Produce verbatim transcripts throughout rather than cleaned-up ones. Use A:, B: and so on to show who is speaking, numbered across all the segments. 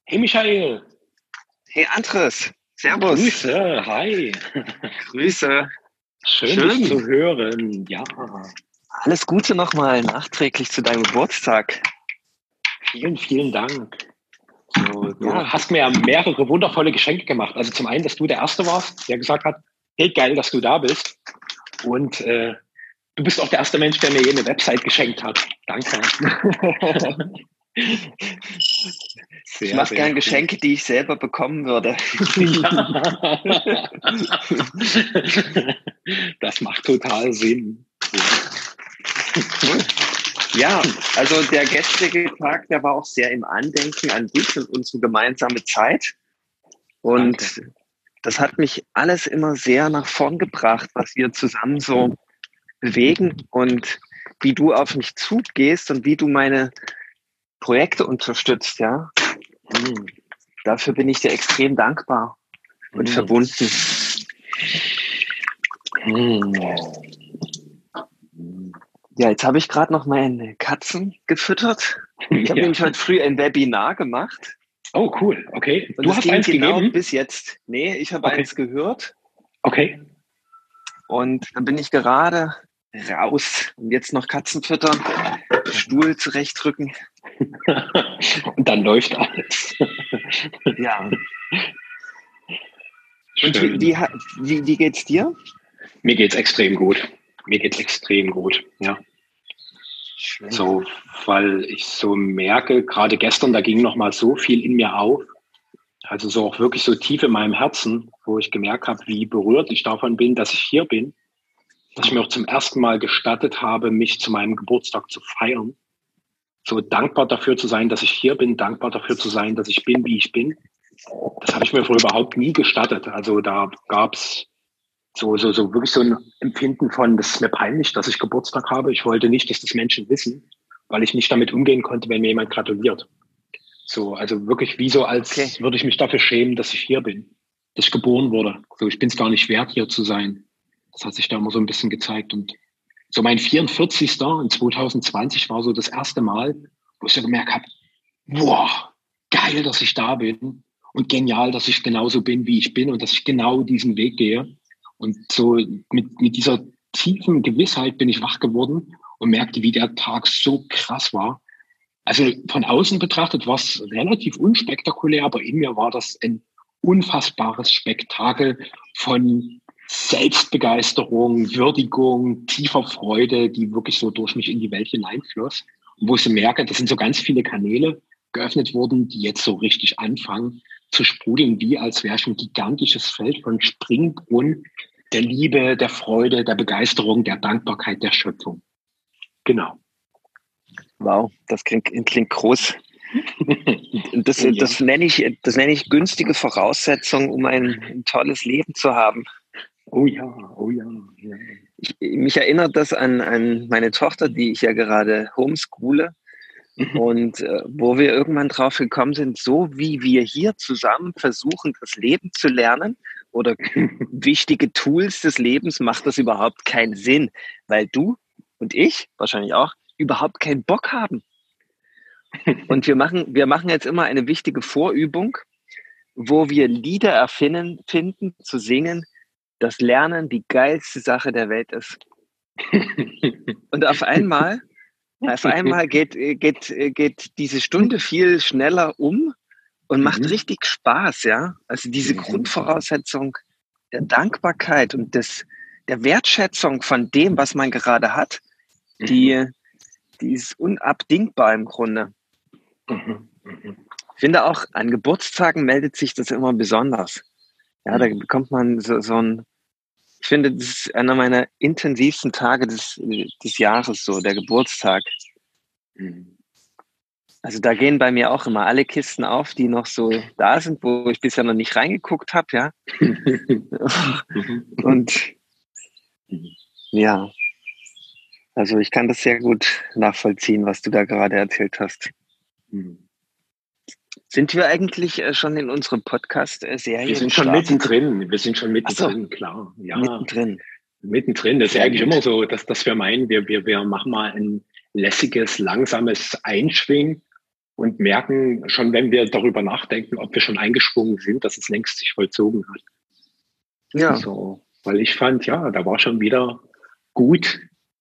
A: Hey Michael,
B: Hey Andres, Servus,
A: Grüße, hi.
B: Grüße,
A: Schön dich
B: schön.
A: zu hören. Ja,
B: Alles Gute nochmal nachträglich zu deinem Geburtstag.
A: vielen, vielen Dank. So, du
B: Ja,
A: hast mir ja mehrere wundervolle Geschenke gemacht. Also zum einen, dass du der Erste warst, der gesagt hat, hey, geil, dass du da bist. Und äh, du bist auch der erste Mensch, der mir je eine Website geschenkt hat. Danke.
B: ich
A: Sehr,
B: mache
A: sehr
B: gern
A: cool.
B: Geschenke, die ich selber bekommen würde.
A: Ja. Das macht total Sinn.
B: Cool. Ja, also der gestrige Tag, der war auch sehr im Andenken an dich und unsere gemeinsame Zeit.
A: Danke.
B: Und das hat mich alles immer sehr nach vorn gebracht, was wir zusammen so bewegen und wie du auf mich zugehst und wie du meine Projekte unterstützt, ja.
A: Mm,
B: Dafür bin ich dir extrem dankbar und
A: mm,
B: verbunden.
A: mm.
B: Ja, jetzt habe ich gerade noch meine Katzen gefüttert. Ich habe
A: Ja.
B: nämlich heute früh ein Webinar gemacht
A: Oh, cool. Okay.
B: und
A: Du
B: es
A: hast
B: ging
A: eins
B: genau
A: gegeben?
B: bis jetzt. Nee, ich habe
A: Okay.
B: eins gehört
A: Okay.
B: und dann bin ich gerade raus und jetzt noch Katzen füttern, Stuhl zurechtrücken.
A: Und dann läuft alles.
B: Ja. Und wie,
A: Schön.
B: wie, wie, wie geht's dir?
A: Mir geht's extrem gut. Mir geht's extrem gut. Ja.
B: Schön.
A: So, weil ich so merke, gerade gestern, da ging noch mal so viel in mir auf. Also so auch wirklich so tief in meinem Herzen, wo ich gemerkt habe, wie berührt ich davon bin, dass ich hier bin, dass ich mir auch zum ersten Mal gestattet habe, mich zu meinem Geburtstag zu feiern. So dankbar dafür zu sein, dass ich hier bin, dankbar dafür zu sein, dass ich bin, wie ich bin. Das habe ich mir vorher überhaupt nie gestattet. Also da gab's so, so, so wirklich so ein Empfinden von, das ist mir peinlich, dass ich Geburtstag habe. Ich wollte nicht, dass das Menschen wissen, weil ich nicht damit umgehen konnte, wenn mir jemand gratuliert. So, also wirklich wie so,
B: Okay.
A: als würde ich mich dafür schämen, dass ich hier bin, dass ich geboren wurde. So, ich bin es gar nicht wert, hier zu sein. Das hat sich da immer so ein bisschen gezeigt. Und so mein vierundvierzigster in zwanzig zwanzig war so das erste Mal, wo ich so gemerkt habe, boah, geil, dass ich da bin und genial, dass ich genauso bin, wie ich bin und dass ich genau diesen Weg gehe. Und so mit, mit dieser tiefen Gewissheit bin ich wach geworden und merkte, wie der Tag so krass war. Also von außen betrachtet war es relativ unspektakulär, aber in mir war das ein unfassbares Spektakel von Selbstbegeisterung, Würdigung, tiefer Freude, die wirklich so durch mich in die Welt hineinfloss. Und wo ich so merke, das sind so ganz viele Kanäle geöffnet worden, die jetzt so richtig anfangen zu sprudeln, wie als wäre schon ein gigantisches Feld von Springbrunnen der Liebe, der Freude, der Begeisterung, der Dankbarkeit, der Schöpfung. Genau.
B: Wow, das klingt, klingt groß. Das,
A: Oh ja.
B: das, nenne ich, das nenne ich günstige Voraussetzung, um ein, ein tolles Leben zu haben.
A: Oh ja, oh ja. ja.
B: Ich, mich erinnert das an, an meine Tochter, die ich ja gerade homeschoole.
A: Mhm.
B: Und äh, wo wir irgendwann drauf gekommen sind, so wie wir hier zusammen versuchen, das Leben zu lernen oder wichtige Tools des Lebens, macht das überhaupt keinen Sinn, weil du und ich wahrscheinlich auch überhaupt keinen Bock haben. Und wir machen, wir machen jetzt immer eine wichtige Vorübung, wo wir Lieder erfinden, finden, zu singen, dass Lernen die geilste Sache der Welt ist. Und auf einmal, auf einmal geht, geht, geht diese Stunde viel schneller um und macht
A: Mhm.
B: richtig Spaß, ja. Also diese
A: Mhm.
B: Grundvoraussetzung der Dankbarkeit und des, der Wertschätzung von dem, was man gerade hat, die, die ist unabdingbar im Grunde.
A: Mhm. Mhm.
B: Ich finde auch, an Geburtstagen meldet sich das immer besonders. Ja, da bekommt man so, so ein, ich finde, das ist einer meiner intensivsten Tage des, des Jahres, so der Geburtstag.
A: Mhm.
B: Also da gehen bei mir auch immer alle Kisten auf, die noch so da sind, wo ich bisher noch nicht reingeguckt habe, ja. Und ja, also ich kann das sehr gut nachvollziehen, was du da gerade erzählt hast.
A: Mhm.
B: Sind wir eigentlich schon in unserem Podcast-Serie
A: Wir sind schon
B: gestartet?
A: mittendrin. Wir sind schon
B: Ach
A: mittendrin,
B: so,
A: klar. Ja,
B: mittendrin.
A: mittendrin. Das ist ja
B: Sehr
A: eigentlich
B: gut.
A: immer so, dass, dass wir meinen, wir, wir, wir machen mal ein lässiges, langsames Einschwingen und merken schon, wenn wir darüber nachdenken, ob wir schon eingesprungen sind, dass es längst sich vollzogen hat. Ja. So, weil ich fand, ja, da war schon wieder gut,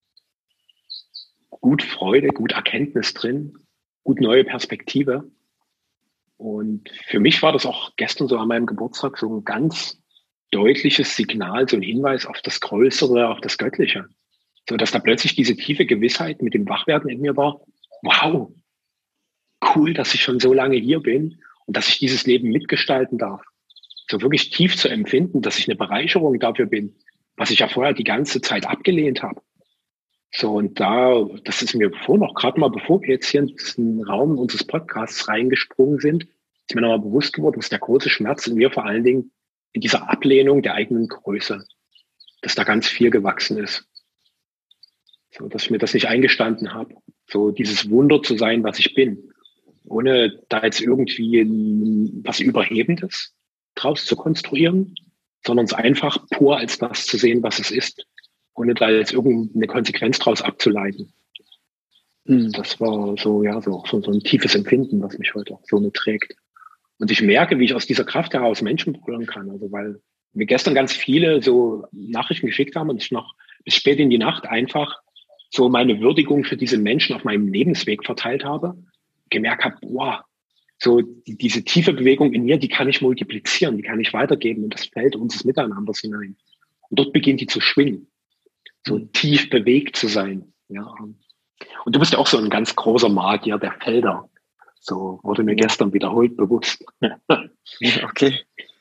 A: gut Freude, gut Erkenntnis drin, gut neue Perspektive. Und für mich war das auch gestern so an meinem Geburtstag so ein ganz deutliches Signal, so ein Hinweis auf das Größere, auf das Göttliche. So, dass da plötzlich diese tiefe Gewissheit mit dem Wachwerden in mir war, wow, cool, dass ich schon so lange hier bin und dass ich dieses Leben mitgestalten darf. So wirklich tief zu empfinden, dass ich eine Bereicherung dafür bin, was ich ja vorher die ganze Zeit abgelehnt habe. So, und da, das ist mir vor noch, gerade mal bevor wir jetzt hier in diesen Raum unseres Podcasts reingesprungen sind, ist mir nochmal bewusst geworden, dass der große Schmerz in mir vor allen Dingen in dieser Ablehnung der eigenen Größe, dass da ganz viel gewachsen ist. So, dass ich mir das nicht eingestanden habe. So dieses Wunder zu sein, was ich bin. Ohne da jetzt irgendwie was Überhebendes draus zu konstruieren, sondern es einfach pur als das zu sehen, was es ist. Ohne da jetzt irgendeine Konsequenz draus abzuleiten. Hm. Das war so, ja, so, so, so ein tiefes Empfinden, was mich heute auch so mitträgt. Und ich merke, wie ich aus dieser Kraft heraus Menschen berühren kann. Also, weil mir gestern ganz viele so Nachrichten geschickt haben und ich noch bis spät in die Nacht einfach so meine Würdigung für diese Menschen auf meinem Lebensweg verteilt habe, gemerkt habe, wow, so die, diese tiefe Bewegung in mir, die kann ich multiplizieren, die kann ich weitergeben in das Feld unseres Miteinanders hinein. Und dort beginnt die zu schwingen, so mhm. tief bewegt zu sein. Ja. Und du bist ja auch so ein ganz großer Magier der Felder. So wurde mir gestern wiederholt bewusst.
B: Okay.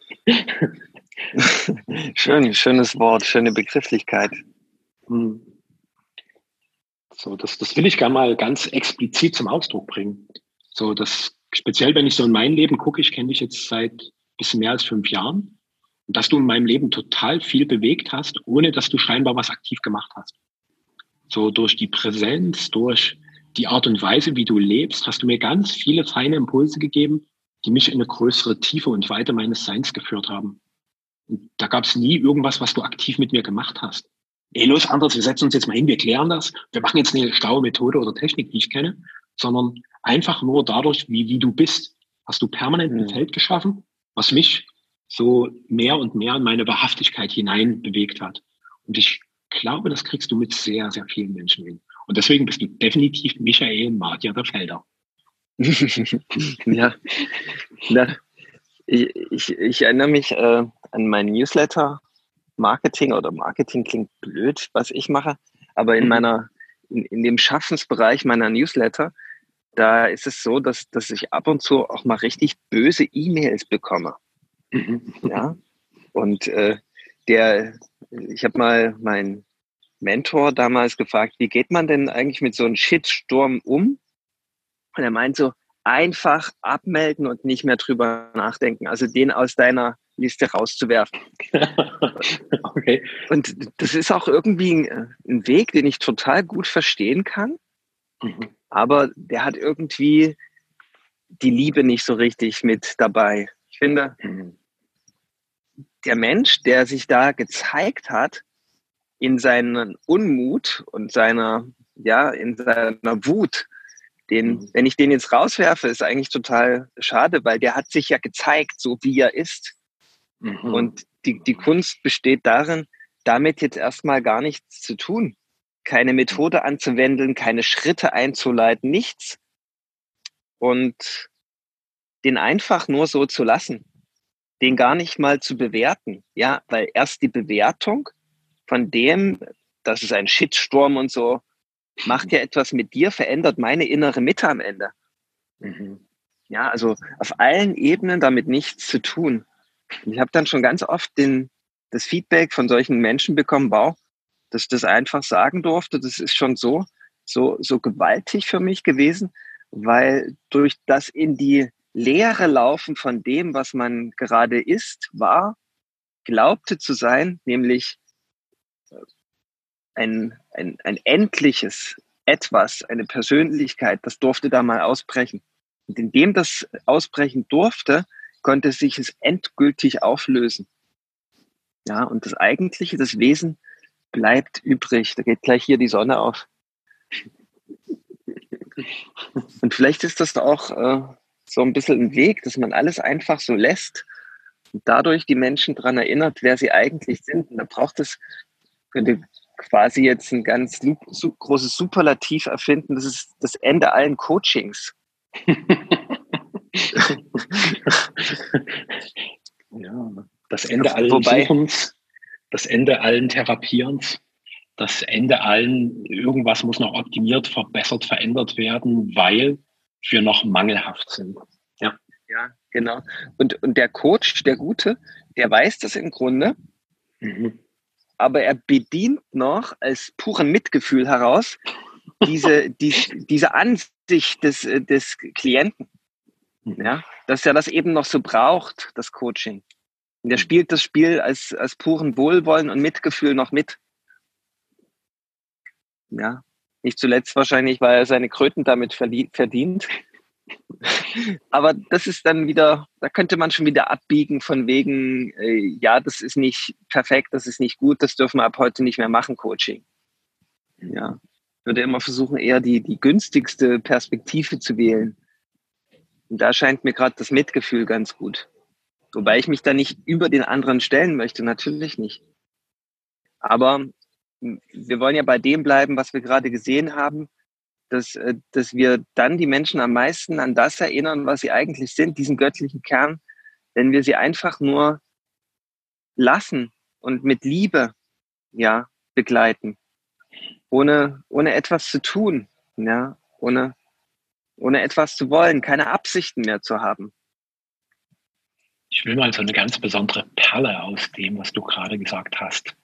B: Schön, schönes Wort, schöne Begrifflichkeit.
A: Mhm. So, das, das will ich gerne mal ganz explizit zum Ausdruck bringen. So, das, speziell wenn ich so in mein Leben gucke, ich kenne dich jetzt seit ein bisschen mehr als fünf Jahren, und dass du in meinem Leben total viel bewegt hast, ohne dass du scheinbar was aktiv gemacht hast. So durch die Präsenz, durch die Art und Weise, wie du lebst, hast du mir ganz viele feine Impulse gegeben, die mich in eine größere Tiefe und Weite meines Seins geführt haben. Und da gab es nie irgendwas, was du aktiv mit mir gemacht hast. Ey, los, Anders, wir setzen uns jetzt mal hin, wir klären das. Wir machen jetzt eine schlaue Methode oder Technik, die ich kenne, sondern einfach nur dadurch, wie, wie du bist, hast du permanent ein Feld geschaffen, was mich so mehr und mehr in meine Wahrhaftigkeit hinein bewegt hat. Und ich glaube, das kriegst du mit sehr, sehr vielen Menschen hin. Und deswegen bist du definitiv Michael Magier der Felder.
B: Ja, ja. Ich, ich, ich erinnere mich äh, an meinen Newsletter. Marketing oder Marketing klingt blöd, was ich mache, aber in meiner, in, in dem Schaffensbereich meiner Newsletter, da ist es so, dass, dass ich ab und zu auch mal richtig böse E-Mails bekomme. Ja, und äh, der, ich habe mal meinen Mentor damals gefragt, wie geht man denn eigentlich mit so einem Shitstorm um? Und er meint so, einfach abmelden und nicht mehr drüber nachdenken, also den aus deiner Liste rauszuwerfen. Okay. Und das ist auch irgendwie ein, ein Weg, den ich total gut verstehen kann, mhm. aber der hat irgendwie die Liebe nicht so richtig mit dabei. Ich finde, mhm. der Mensch, der sich da gezeigt hat in seinem Unmut und seiner, ja, in seiner Wut, den, mhm. wenn ich den jetzt rauswerfe, ist eigentlich total schade, weil der hat sich ja gezeigt, so wie er ist. Mhm. Und die, die Kunst besteht darin, damit jetzt erstmal gar nichts zu tun. Keine Methode anzuwenden, keine Schritte einzuleiten, nichts. Und den einfach nur so zu lassen. Den gar nicht mal zu bewerten. Ja, weil erst die Bewertung von dem, das ist ein Shitstorm und so, macht ja etwas mit dir, verändert meine innere Mitte am Ende. Mhm. Ja, also auf allen Ebenen damit nichts zu tun. Ich habe dann schon ganz oft den, das Feedback von solchen Menschen bekommen, wow, dass ich das einfach sagen durfte, das ist schon so, so, so gewaltig für mich gewesen, weil durch das in die Leere laufen von dem, was man gerade ist, war, glaubte zu sein, nämlich ein, ein, ein endliches Etwas, eine Persönlichkeit, das durfte da mal ausbrechen. Und indem das ausbrechen durfte, konnte sich es endgültig auflösen. Ja, und das Eigentliche, das Wesen bleibt übrig. Da geht gleich hier die Sonne auf. Und vielleicht ist das auch äh, so ein bisschen ein Weg, dass man alles einfach so lässt und dadurch die Menschen daran erinnert, wer sie eigentlich sind. Und da braucht es, könnte quasi jetzt ein ganz su- su- großes Superlativ erfinden, das ist das Ende allen Coachings.
A: Ja, das Ende allen
B: Wobei,
A: Suchens, das Ende allen Therapierens, das Ende allen, irgendwas muss noch optimiert, verbessert, verändert werden, weil wir noch mangelhaft sind. Ja,
B: ja, genau. Und, und der Coach, der Gute, der weiß das im Grunde,
A: mhm.
B: aber er bedient noch als puren Mitgefühl heraus diese, die, diese Ansicht des, des Klienten. Ja, dass er das eben noch so braucht, das Coaching. Und er spielt das Spiel als, als puren Wohlwollen und Mitgefühl noch mit. Ja, nicht zuletzt wahrscheinlich, weil er seine Kröten damit verdient. Aber das ist dann wieder, da könnte man schon wieder abbiegen von wegen, äh, ja, das ist nicht perfekt, das ist nicht gut, das dürfen wir ab heute nicht mehr machen, Coaching. Ja, ich würde immer versuchen, eher die, die günstigste Perspektive zu wählen. Und da scheint mir gerade das Mitgefühl ganz gut. Wobei ich mich da nicht über den anderen stellen möchte, natürlich nicht. Aber wir wollen ja bei dem bleiben, was wir gerade gesehen haben, dass, dass wir dann die Menschen am meisten an das erinnern, was sie eigentlich sind, diesen göttlichen Kern, wenn wir sie einfach nur lassen und mit Liebe, ja, begleiten, ohne, ohne etwas zu tun, ja, ohne, ohne etwas zu wollen, keine Absichten mehr zu haben.
A: Ich will mal so eine ganz besondere Perle aus dem, was du gerade gesagt hast,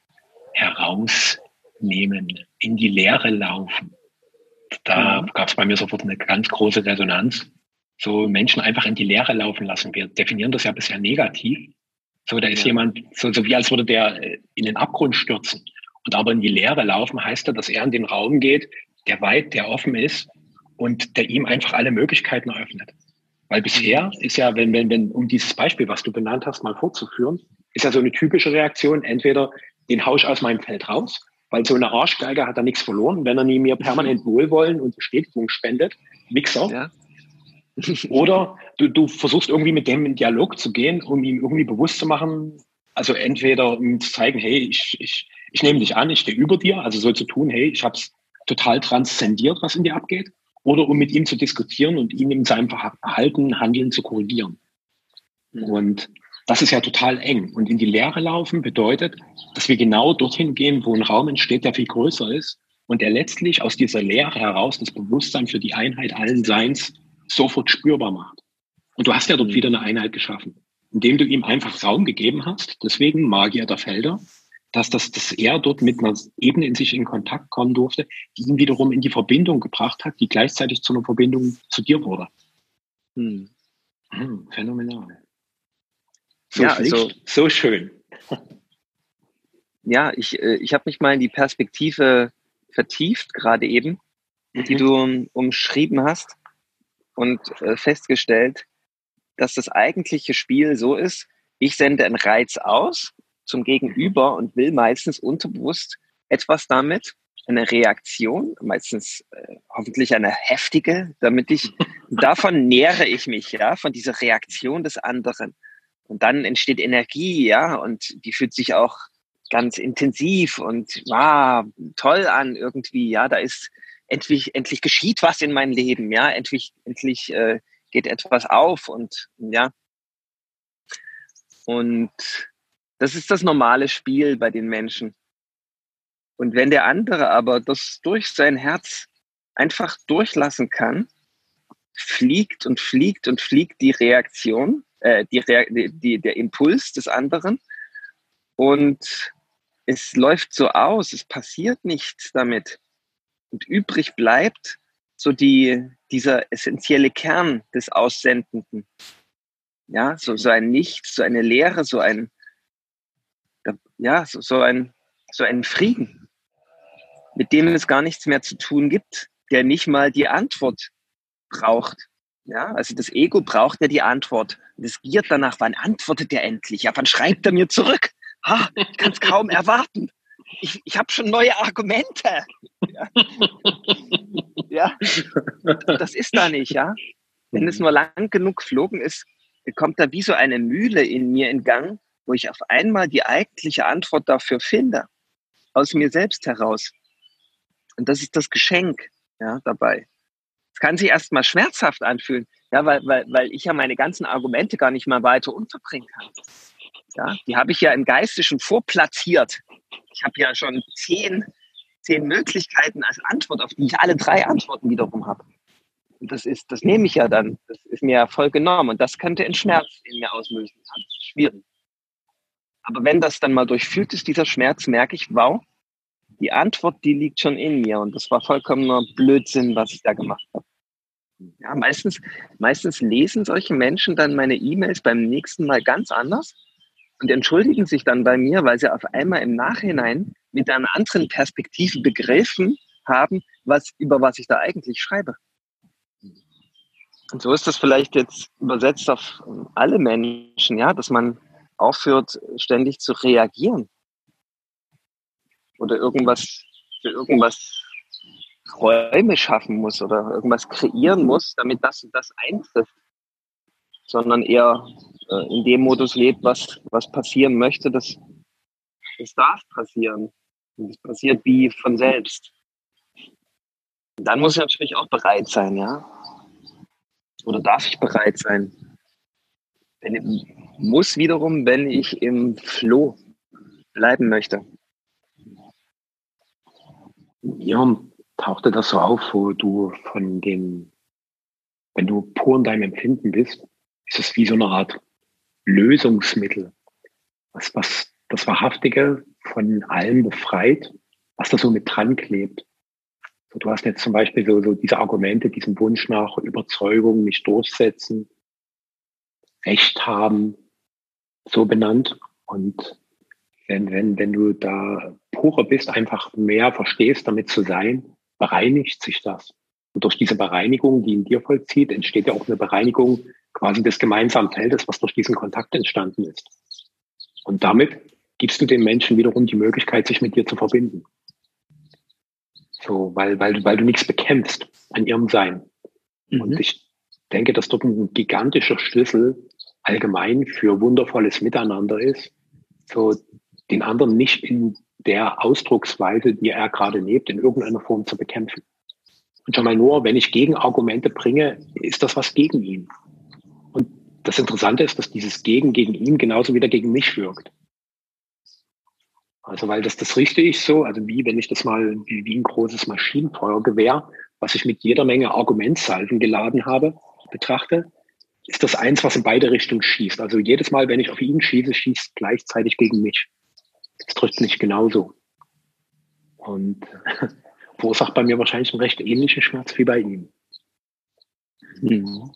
A: herausnehmen, in die Leere laufen. Da mhm. gab es bei mir sofort eine ganz große Resonanz. So Menschen einfach in die Leere laufen lassen. Wir definieren das ja bisher negativ. So, da ist ja. jemand, so, so wie als würde der in den Abgrund stürzen. Und aber in die Leere laufen heißt ja, dass er in den Raum geht, der weit, der offen ist und der ihm einfach alle Möglichkeiten eröffnet. Weil bisher ist ja, wenn, wenn, wenn, um dieses Beispiel, was du benannt hast, mal fortzuführen, ist ja so eine typische Reaktion, entweder den hau ich aus meinem Feld raus, weil so eine Arschgeige hat da nichts verloren, wenn er nie mir permanent Wohlwollen und Bestätigung spendet, Wichser. Ja. Oder du, du versuchst irgendwie mit dem in Dialog zu gehen, um ihm irgendwie bewusst zu machen, also entweder um zu zeigen, hey, ich, ich, ich nehme dich an, ich stehe über dir, also so zu tun, hey, ich habe es total transzendiert, was in dir abgeht, oder um mit ihm zu diskutieren und ihn in seinem Verhalten, Handeln zu korrigieren. Mhm. Und das ist ja total eng. Und in die Leere laufen bedeutet, dass wir genau dorthin gehen, wo ein Raum entsteht, der viel größer ist und der letztlich aus dieser Leere heraus das Bewusstsein für die Einheit allen Seins sofort spürbar macht. Und du hast ja dort mhm. wieder eine Einheit geschaffen, indem du ihm einfach Raum gegeben hast, deswegen Magier der Felder, dass, das, dass er dort mit einer Ebene in sich in Kontakt kommen durfte, die ihn wiederum in die Verbindung gebracht hat, die gleichzeitig zu einer Verbindung zu dir wurde. Hm. Hm, phänomenal. So, ja, also, so schön.
B: Ja, ich, ich habe mich mal in die Perspektive vertieft, gerade eben, mhm. die du um, umschrieben hast und äh, festgestellt, dass das eigentliche Spiel so ist, ich sende einen Reiz aus zum Gegenüber und will meistens unterbewusst etwas damit, eine Reaktion, meistens äh, hoffentlich eine heftige, damit ich, davon nähere ich mich, ja, von dieser Reaktion des anderen. Und dann entsteht Energie, ja, und die fühlt sich auch ganz intensiv und ah, toll an irgendwie, ja, da ist endlich, endlich geschieht was in meinem Leben, ja, endlich, endlich äh, geht etwas auf und ja. Und das ist das normale Spiel bei den Menschen. Und wenn der andere aber das durch sein Herz einfach durchlassen kann, fliegt und fliegt und fliegt die Reaktion, äh, die, Re- die, der Impuls des anderen und es läuft so aus, es passiert nichts damit. Und übrig bleibt so die, dieser essentielle Kern des Aussendenden. Ja, so, so ein Nichts, so eine Leere, so ein, ja, so, so ein, so ein Frieden, mit dem es gar nichts mehr zu tun gibt, der nicht mal die Antwort braucht. Ja, also das Ego braucht ja die Antwort. Das giert danach, wann antwortet er endlich? Ja, wann schreibt er mir zurück? Ha, ich kann es kaum erwarten. Ich, ich habe schon neue Argumente. Ja. Ja, das ist da nicht, ja. Wenn es nur lang genug geflogen ist, kommt da wie so eine Mühle in mir in Gang, wo ich auf einmal die eigentliche Antwort dafür finde, aus mir selbst heraus. Und das ist das Geschenk, ja, dabei. Es kann sich erstmal schmerzhaft anfühlen, ja, weil, weil, weil ich ja meine ganzen Argumente gar nicht mal weiter unterbringen kann. Ja, die habe ich ja im Geiste schon vorplatziert. Ich habe ja schon zehn, zehn Möglichkeiten als Antwort, auf die ich alle drei Antworten wiederum habe. Und das ist, das nehme ich ja dann. Das ist mir ja voll genommen. Und das könnte einen Schmerz in mir auslösen. Das ist schwierig. Aber wenn das dann mal durchfühlt ist, dieser Schmerz, merke ich, wow, die Antwort, die liegt schon in mir. Und das war vollkommener Blödsinn, was ich da gemacht habe. Ja, meistens, meistens lesen solche Menschen dann meine E-Mails beim nächsten Mal ganz anders und entschuldigen sich dann bei mir, weil sie auf einmal im Nachhinein mit einer anderen Perspektive begriffen haben, was, über was ich da eigentlich schreibe. Und so ist das vielleicht jetzt übersetzt auf alle Menschen, ja, dass man aufhört, ständig zu reagieren oder irgendwas für irgendwas Räume schaffen muss oder irgendwas kreieren muss, damit das und das eintrifft, sondern eher äh, in dem Modus lebt, was, was passieren möchte, das, das darf passieren. Und es passiert wie von selbst. Und dann muss ich natürlich auch bereit sein, ja. Oder darf ich bereit sein? Wenn ich, muss wiederum, wenn ich im Flow bleiben möchte.
A: Ja, tauchte das so auf, wo du von dem, wenn du pur in deinem Empfinden bist, ist es wie so eine Art Lösungsmittel, was, was das Wahrhaftige von allem befreit, was da so mit dran klebt. So, du hast jetzt zum Beispiel so, so diese Argumente, diesen Wunsch nach Überzeugung, mich durchsetzen, Recht haben, so benannt. Und wenn, wenn, wenn du da purer bist, einfach mehr verstehst, damit zu sein, bereinigt sich das. Und durch diese Bereinigung, die in dir vollzieht, entsteht ja auch eine Bereinigung quasi des gemeinsamen Feldes, was durch diesen Kontakt entstanden ist. Und damit gibst du den Menschen wiederum die Möglichkeit, sich mit dir zu verbinden. So, weil, weil, weil du nichts bekämpfst an ihrem Sein. Mhm. Und ich denke, dass dort ein gigantischer Schlüssel allgemein für wundervolles Miteinander ist, so den anderen nicht in der Ausdrucksweise, die er gerade lebt, in irgendeiner Form zu bekämpfen. Und schon mal nur, wenn ich Gegenargumente bringe, ist das was gegen ihn. Und das Interessante ist, dass dieses Gegen gegen ihn genauso wieder gegen mich wirkt. Also weil das das Richtige ist so, also wie wenn ich das mal wie, wie ein großes Maschinenfeuergewehr, was ich mit jeder Menge Argumentsalven geladen habe, betrachte, ist das eins, was in beide Richtungen schießt. Also jedes Mal, wenn ich auf ihn schieße, schießt gleichzeitig gegen mich. Das trifft mich genauso. Und verursacht bei mir wahrscheinlich einen recht ähnlichen Schmerz wie bei ihm.
B: Mhm.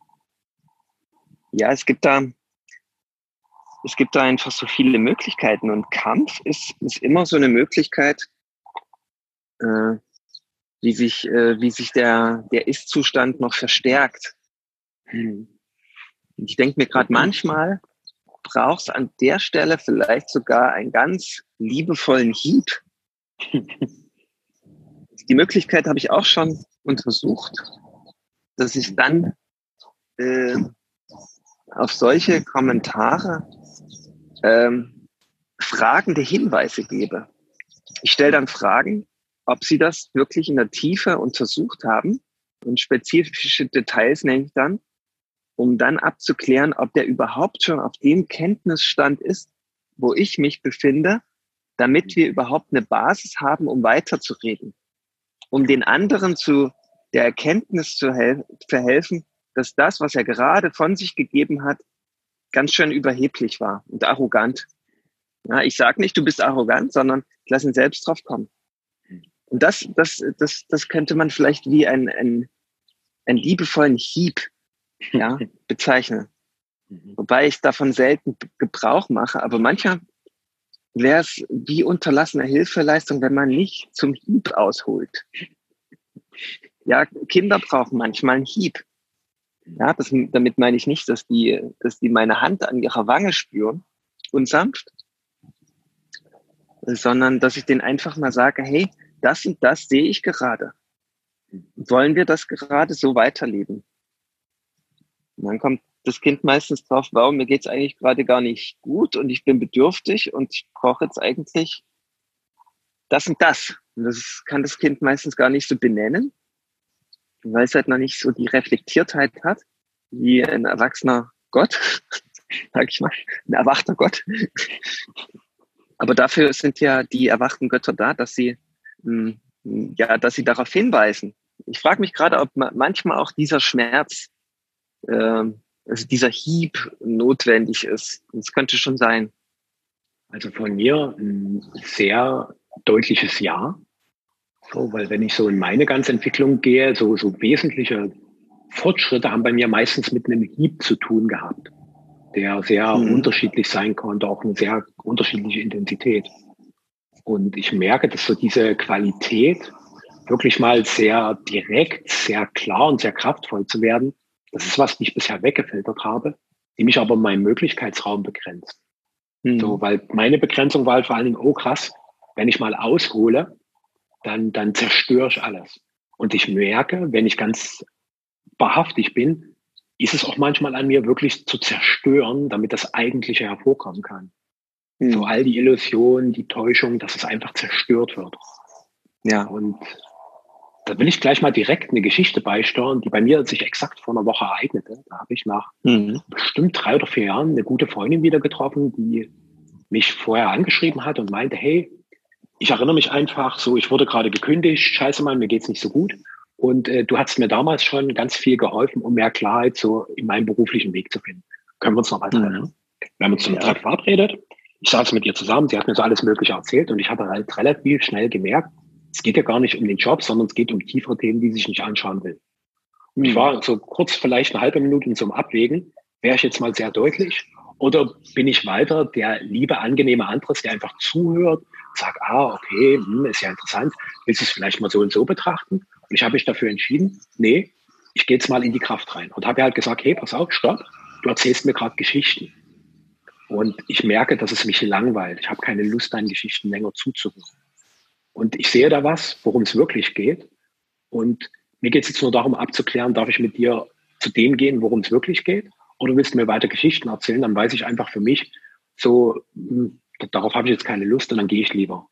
B: Ja, es gibt da, es gibt da einfach so viele Möglichkeiten und Kampf ist, ist immer so eine Möglichkeit, äh, wie sich, äh, wie sich der, der Ist-Zustand noch verstärkt. Mhm. Ich denke mir gerade manchmal brauchst an der Stelle vielleicht sogar einen ganz liebevollen Hieb. Die Möglichkeit habe ich auch schon untersucht, dass ich dann äh, auf solche Kommentare ähm, fragende Hinweise gebe. Ich stelle dann Fragen, ob sie das wirklich in der Tiefe untersucht haben und spezifische Details nenne ich dann, um dann abzuklären, ob der überhaupt schon auf dem Kenntnisstand ist, wo ich mich befinde, damit wir überhaupt eine Basis haben, um weiterzureden. Um den anderen zu der Erkenntnis zu hel- verhelfen, dass das, was er gerade von sich gegeben hat, ganz schön überheblich war und arrogant. Ja, ich sage nicht, du bist arrogant, sondern ich lasse ihn selbst drauf kommen. Und das, das, das, das könnte man vielleicht wie ein, ein, einen liebevollen Hieb, ja, bezeichnen. Wobei ich davon selten Gebrauch mache, aber manchmal wäre es wie unterlassene Hilfeleistung, wenn man nicht zum Hieb ausholt. Ja, Kinder brauchen manchmal einen Hieb. Ja, das, damit meine ich nicht, dass die, dass die meine Hand an ihrer Wange spüren und sanft, sondern dass ich denen einfach mal sage, hey, das und das sehe ich gerade. wollen wir das gerade so weiterleben? Und dann kommt das Kind meistens drauf, wow, mir geht's eigentlich gerade gar nicht gut und ich bin bedürftig und ich brauche jetzt eigentlich das und das. Und das kann das Kind meistens gar nicht so benennen, weil es halt noch nicht so die Reflektiertheit hat, wie ein erwachsener Gott, sag ich mal, ein erwachter Gott. Aber dafür sind ja die erwachten Götter da, dass sie, mh, ja, dass sie darauf hinweisen. Ich frage mich gerade, ob manchmal auch dieser Schmerz, äh, also dieser Hieb notwendig ist. Das könnte schon sein.
A: Also von mir ein sehr deutliches Ja. So, weil wenn ich so in meine ganze Entwicklung gehe, so, so wesentliche Fortschritte haben bei mir meistens mit einem Hieb zu tun gehabt, der sehr mhm. unterschiedlich sein konnte, auch eine sehr unterschiedliche Intensität. Und ich merke, dass so diese Qualität, wirklich mal sehr direkt, sehr klar und sehr kraftvoll zu werden, das ist was, die ich bisher weggefiltert habe, die mich aber in meinem Möglichkeitsraum begrenzt. Mhm. So, weil meine Begrenzung war halt vor allen Dingen, oh krass, wenn ich mal aushole, dann, dann zerstöre ich alles. Und ich merke, wenn ich ganz wahrhaftig bin, ist es auch manchmal an mir wirklich zu zerstören, damit das Eigentliche hervorkommen kann. Mhm. So all die Illusionen, die Täuschung, dass es einfach zerstört wird. Ja. Und da will ich gleich mal direkt eine Geschichte beisteuern, die bei mir sich exakt vor einer Woche ereignete. Da habe ich nach mhm. bestimmt drei oder vier Jahren eine gute Freundin wieder getroffen, die mich vorher angeschrieben hat und meinte, hey, ich erinnere mich einfach so, ich wurde gerade gekündigt, scheiße Mann, mir geht's nicht so gut. Und äh, du hast mir damals schon ganz viel geholfen, um mehr Klarheit so in meinem beruflichen Weg zu finden. Können wir uns noch mal treffen? Mhm. Wir haben uns zum ja. Tag verabredet. Ich saß mit ihr zusammen, sie hat mir so alles Mögliche erzählt und ich habe halt relativ schnell gemerkt, es geht ja gar nicht um den Job, sondern es geht um tiefere Themen, die sich nicht anschauen will. Und mhm. ich war so kurz vielleicht eine halbe Minute zum Abwägen, wäre ich jetzt mal sehr deutlich oder bin ich weiter der liebe, angenehme Andres, der einfach zuhört, sagt, ah, okay, hm, ist ja interessant, willst du es vielleicht mal so und so betrachten? Und ich habe mich dafür entschieden, nee, ich gehe jetzt mal in die Kraft rein und habe halt gesagt, hey, pass auf, stopp, du erzählst mir gerade Geschichten. Und ich merke, dass es mich langweilt. Ich habe keine Lust, deinen Geschichten länger zuzuhören. Und ich sehe da was, worum es wirklich geht. Und mir geht es jetzt nur darum, abzuklären, darf ich mit dir zu dem gehen, worum es wirklich geht? Oder willst du mir weiter Geschichten erzählen? Dann weiß ich einfach für mich, so, hm, darauf habe ich jetzt keine Lust und dann gehe ich lieber.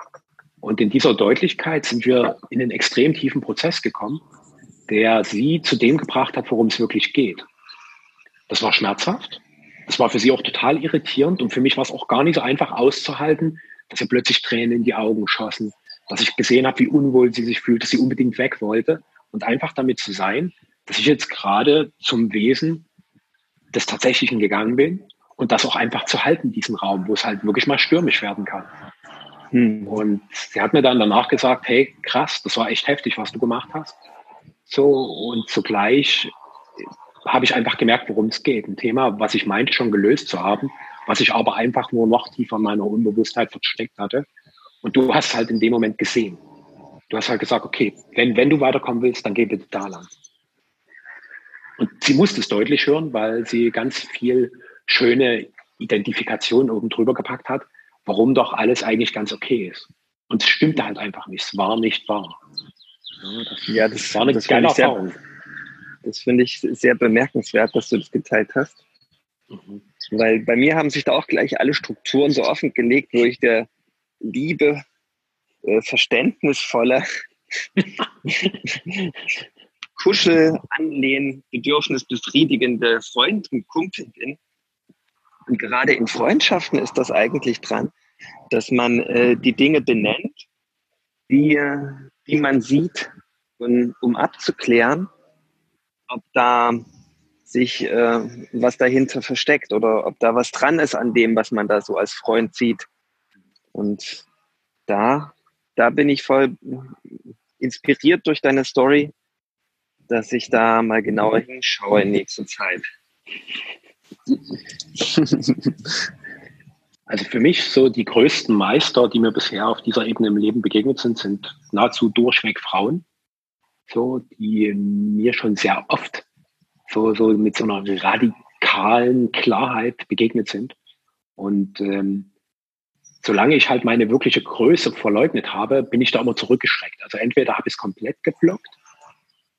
A: Und in dieser Deutlichkeit sind wir in einen extrem tiefen Prozess gekommen, der sie zu dem gebracht hat, worum es wirklich geht. Das war schmerzhaft. Das war für sie auch total irritierend und für mich war es auch gar nicht so einfach auszuhalten, dass ihr plötzlich Tränen in die Augen schossen, dass ich gesehen habe, wie unwohl sie sich fühlt, dass sie unbedingt weg wollte und einfach damit zu sein, dass ich jetzt gerade zum Wesen des Tatsächlichen gegangen bin und das auch einfach zu halten, diesen Raum, wo es halt wirklich mal stürmisch werden kann. Hm. Und sie hat mir dann danach gesagt, hey, krass, das war echt heftig, was du gemacht hast. So, und zugleich habe ich einfach gemerkt, worum es geht. Ein Thema, was ich meinte, schon gelöst zu haben, was ich aber einfach nur noch tiefer in meiner Unbewusstheit versteckt hatte. Und du hast halt in dem Moment gesehen. Du hast halt gesagt, okay, wenn, wenn du weiterkommen willst, dann geh bitte da lang. Und sie musste es deutlich hören, weil sie ganz viel schöne Identifikation oben drüber gepackt hat, warum doch alles eigentlich ganz okay ist. Und es stimmte halt einfach nicht. Es war nicht wahr.
B: Ja, das, ja, das war eine das geile Erfahrung. Sehr, das finde ich sehr bemerkenswert, dass du das geteilt hast. Mhm. Weil bei mir haben sich da auch gleich alle Strukturen so offen gelegt, wo ich der liebe, äh, verständnisvolle Kuschel, Anlehnen, Bedürfnis befriedigende Freund und Kumpel bin. Und gerade in Freundschaften ist das eigentlich dran, dass man äh, die Dinge benennt, die, die man sieht, und, um abzuklären, ob da sich äh, was dahinter versteckt oder ob da was dran ist an dem, was man da so als Freund sieht. Und da, da bin ich voll inspiriert durch deine Story, dass ich da mal genauer hinschaue in nächster Zeit.
A: Also für mich so die größten Meister, die mir bisher auf dieser Ebene im Leben begegnet sind, sind nahezu durchweg Frauen, so die mir schon sehr oft so, so mit so einer radikalen Klarheit begegnet sind. Und ähm, solange ich halt meine wirkliche Größe verleugnet habe, bin ich da immer zurückgeschreckt. Also entweder habe ich es komplett geblockt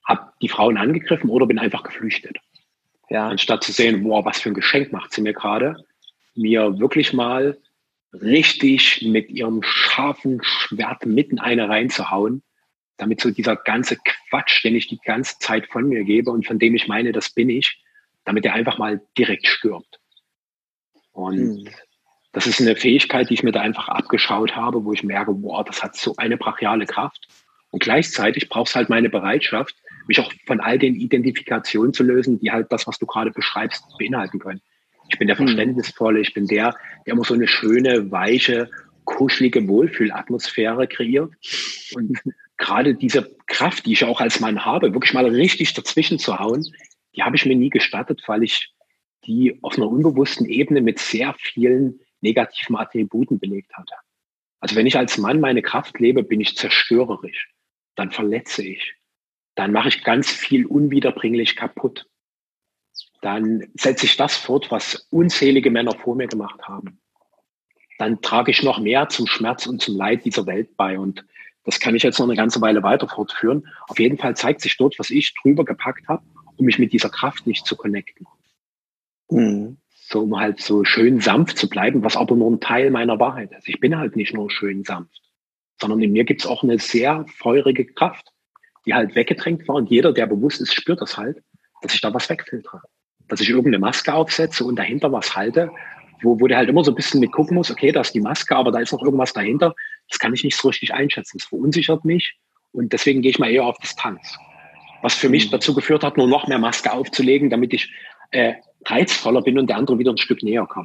A: habe die Frauen angegriffen oder bin einfach geflüchtet.
B: Ja.
A: Anstatt zu sehen, boah, was für ein Geschenk macht sie mir gerade, mir wirklich mal richtig mit ihrem scharfen Schwert mitten eine reinzuhauen, damit so dieser ganze Quatsch, den ich die ganze Zeit von mir gebe und von dem ich meine, das bin ich, damit er einfach mal direkt stirbt. Und hm. das ist eine Fähigkeit, die ich mir da einfach abgeschaut habe, wo ich merke, boah, das hat so eine brachiale Kraft. Und gleichzeitig braucht es halt meine Bereitschaft, mich auch von all den Identifikationen zu lösen, die halt das, was du gerade beschreibst, beinhalten können. Ich bin der Verständnisvolle, ich bin der, der immer so eine schöne, weiche, kuschelige Wohlfühlatmosphäre kreiert. Und gerade diese Kraft, die ich auch als Mann habe, wirklich mal richtig dazwischen zu hauen, die habe ich mir nie gestattet, weil ich die auf einer unbewussten Ebene mit sehr vielen negativen Attributen belegt hatte. Also wenn ich als Mann meine Kraft lebe, bin ich zerstörerisch. Dann verletze ich. Dann mache ich ganz viel unwiederbringlich kaputt. Dann setze ich das fort, was unzählige Männer vor mir gemacht haben. Dann trage ich noch mehr zum Schmerz und zum Leid dieser Welt bei. Und das kann ich jetzt noch eine ganze Weile weiter fortführen. Auf jeden Fall zeigt sich dort, was ich drüber gepackt habe, um mich mit dieser Kraft nicht zu connecten. Mhm. So, um halt so schön sanft zu bleiben, was aber nur ein Teil meiner Wahrheit ist. Ich bin halt nicht nur schön sanft, sondern in mir gibt es auch eine sehr feurige Kraft, die halt weggedrängt war. Und jeder, der bewusst ist, spürt das halt, dass ich da was wegfiltere. Dass ich irgendeine Maske aufsetze und dahinter was halte, wo, wo der halt immer so ein bisschen mit gucken muss, okay, da ist die Maske, aber da ist noch irgendwas dahinter. Das kann ich nicht so richtig einschätzen. Das verunsichert mich und deswegen gehe ich mal eher auf Distanz. Was für mich dazu geführt hat, nur noch mehr Maske aufzulegen, damit ich äh, reizvoller bin und der andere wieder ein Stück näher kommt.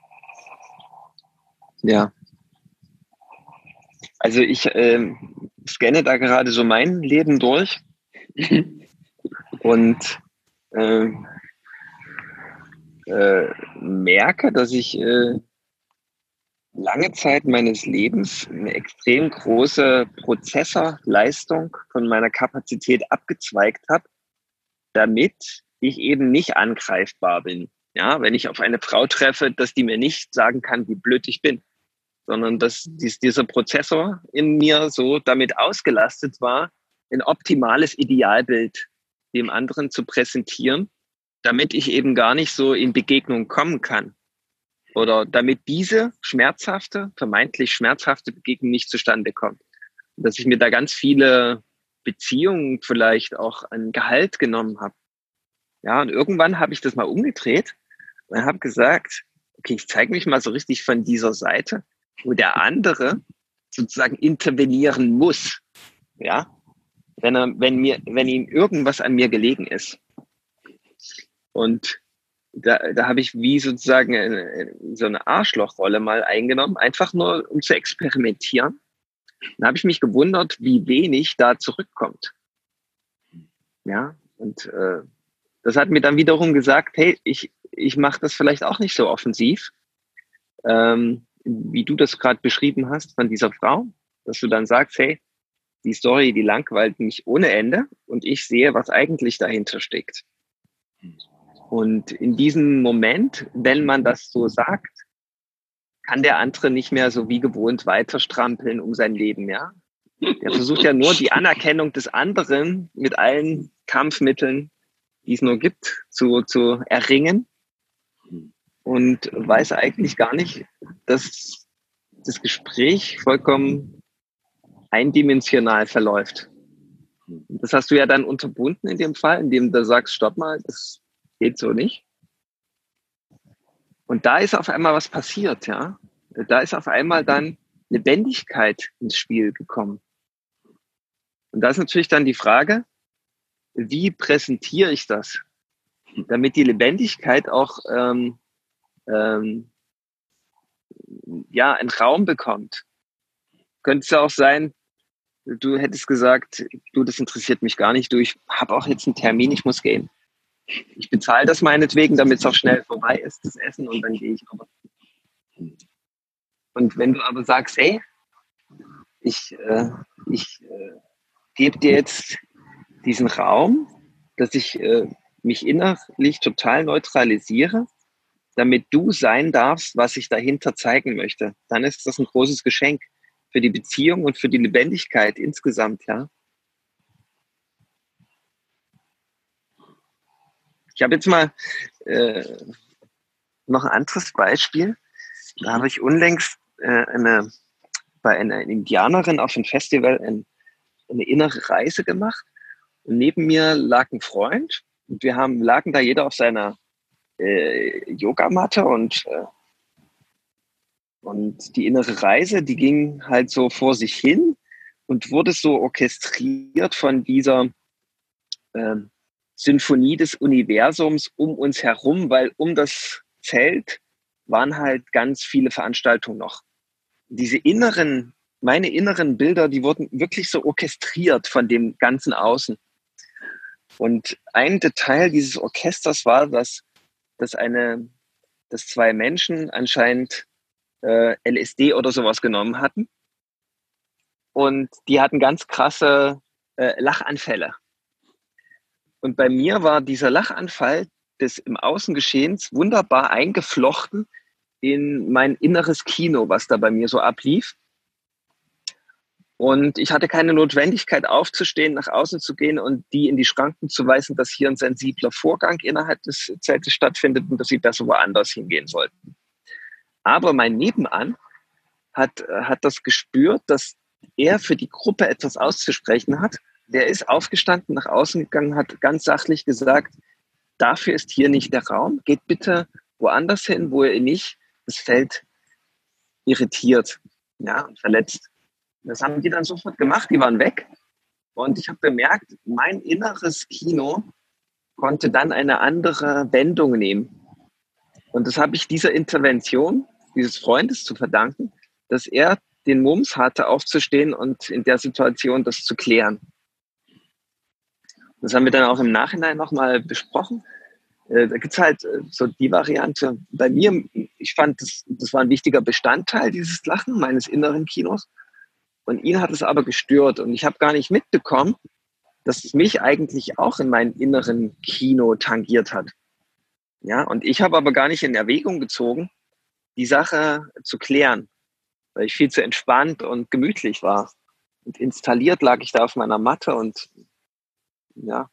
B: Ja. Also ich äh, scanne da gerade so mein Leben durch und äh, äh, merke, dass ich äh, lange Zeit meines Lebens eine extrem große Prozessorleistung von meiner Kapazität abgezweigt habe, damit ich eben nicht angreifbar bin. Ja, wenn ich auf eine Frau treffe, dass die mir nicht sagen kann, wie blöd ich bin, sondern dass dies, dieser Prozessor in mir so damit ausgelastet war, ein optimales Idealbild dem anderen zu präsentieren, damit ich eben gar nicht so in Begegnung kommen kann. Oder damit diese schmerzhafte, vermeintlich schmerzhafte Begegnung nicht zustande kommt. Und dass ich mir da ganz viele Beziehungen vielleicht auch an Gehalt genommen habe. Ja, und irgendwann habe ich das mal umgedreht und habe gesagt, okay, ich zeige mich mal so richtig von dieser Seite, wo der andere sozusagen intervenieren muss. Ja, wenn er, wenn mir, wenn ihm irgendwas an mir gelegen ist. Und da, da habe ich wie sozusagen eine, so eine Arschlochrolle mal eingenommen, einfach nur um zu experimentieren. Dann habe ich mich gewundert, wie wenig da zurückkommt. Ja, und äh, das hat mir dann wiederum gesagt, hey, ich, ich mache das vielleicht auch nicht so offensiv, ähm, wie du das gerade beschrieben hast von dieser Frau, dass du dann sagst, hey, die Story, die langweilt mich ohne Ende und ich sehe, was eigentlich dahinter steckt. Und in diesem Moment, wenn man das so sagt, kann der andere nicht mehr so wie gewohnt weiter strampeln um sein Leben, ja. Der versucht ja nur die Anerkennung des anderen mit allen Kampfmitteln, die es nur gibt, zu, zu erringen und weiß eigentlich gar nicht, dass das Gespräch vollkommen eindimensional verläuft. Das hast du ja dann unterbunden in dem Fall, indem du sagst, stopp mal, das geht so nicht. Und da ist auf einmal was passiert, ja. Da ist auf einmal dann Lebendigkeit ins Spiel gekommen. Und da ist natürlich dann die Frage, wie präsentiere ich das, damit die Lebendigkeit auch ähm, ähm, ja, einen Raum bekommt. Könnte es ja auch sein, du hättest gesagt, du, das interessiert mich gar nicht, du, ich habe auch jetzt einen Termin, ich muss gehen. Ich bezahle das meinetwegen, damit es auch schnell vorbei ist, das Essen, und dann gehe ich aber. Und wenn du aber sagst, hey, ich, äh, ich äh, gebe dir jetzt diesen Raum, dass ich äh, mich innerlich total neutralisiere, damit du sein darfst, was ich dahinter zeigen möchte, dann ist das ein großes Geschenk für die Beziehung und für die Lebendigkeit insgesamt, ja. Ich habe jetzt mal äh, noch ein anderes Beispiel. Da habe ich unlängst äh, eine, bei einer Indianerin auf einem Festival ein, eine innere Reise gemacht. Und neben mir lag ein Freund und wir haben, lagen da jeder auf seiner äh, Yogamatte und, äh, und die innere Reise, die ging halt so vor sich hin und wurde so orchestriert von dieser äh, Sinfonie des Universums um uns herum, weil um das Zelt waren halt ganz viele Veranstaltungen noch. Diese inneren, meine inneren Bilder, die wurden wirklich so orchestriert von dem ganzen Außen. Und ein Detail dieses Orchesters war, dass, dass eine, dass zwei Menschen anscheinend äh, L S D oder sowas genommen hatten. Und die hatten ganz krasse äh, Lachanfälle. Und bei mir war dieser Lachanfall des im Außengeschehens wunderbar eingeflochten in mein inneres Kino, was da bei mir so ablief. Und ich hatte keine Notwendigkeit aufzustehen, nach außen zu gehen und die in die Schranken zu weisen, dass hier ein sensibler Vorgang innerhalb des Zeltes stattfindet und dass sie besser woanders hingehen sollten. Aber mein Nebenan hat, hat das gespürt, dass er für die Gruppe etwas auszusprechen hat. Der ist aufgestanden, nach außen gegangen, hat ganz sachlich gesagt, dafür ist hier nicht der Raum. Geht bitte woanders hin, wo ihr nicht das Feld irritiert, ja, und verletzt. Das haben die dann sofort gemacht, die waren weg. Und ich habe bemerkt, mein inneres Kino konnte dann eine andere Wendung nehmen. Und das habe ich dieser Intervention dieses Freundes zu verdanken, dass er den Mumm hatte, aufzustehen und in der Situation das zu klären. Das haben wir dann auch im Nachhinein nochmal besprochen. Äh, da gibt's halt äh, so die Variante. Bei mir, ich fand, das, das war ein wichtiger Bestandteil dieses Lachen, meines inneren Kinos. Und ihn hat es aber gestört. Und ich habe gar nicht mitbekommen, dass es mich eigentlich auch in meinem inneren Kino tangiert hat. Ja, und ich habe aber gar nicht in Erwägung gezogen, die Sache zu klären, weil ich viel zu entspannt und gemütlich war. Und installiert lag ich da auf meiner Matte und ja.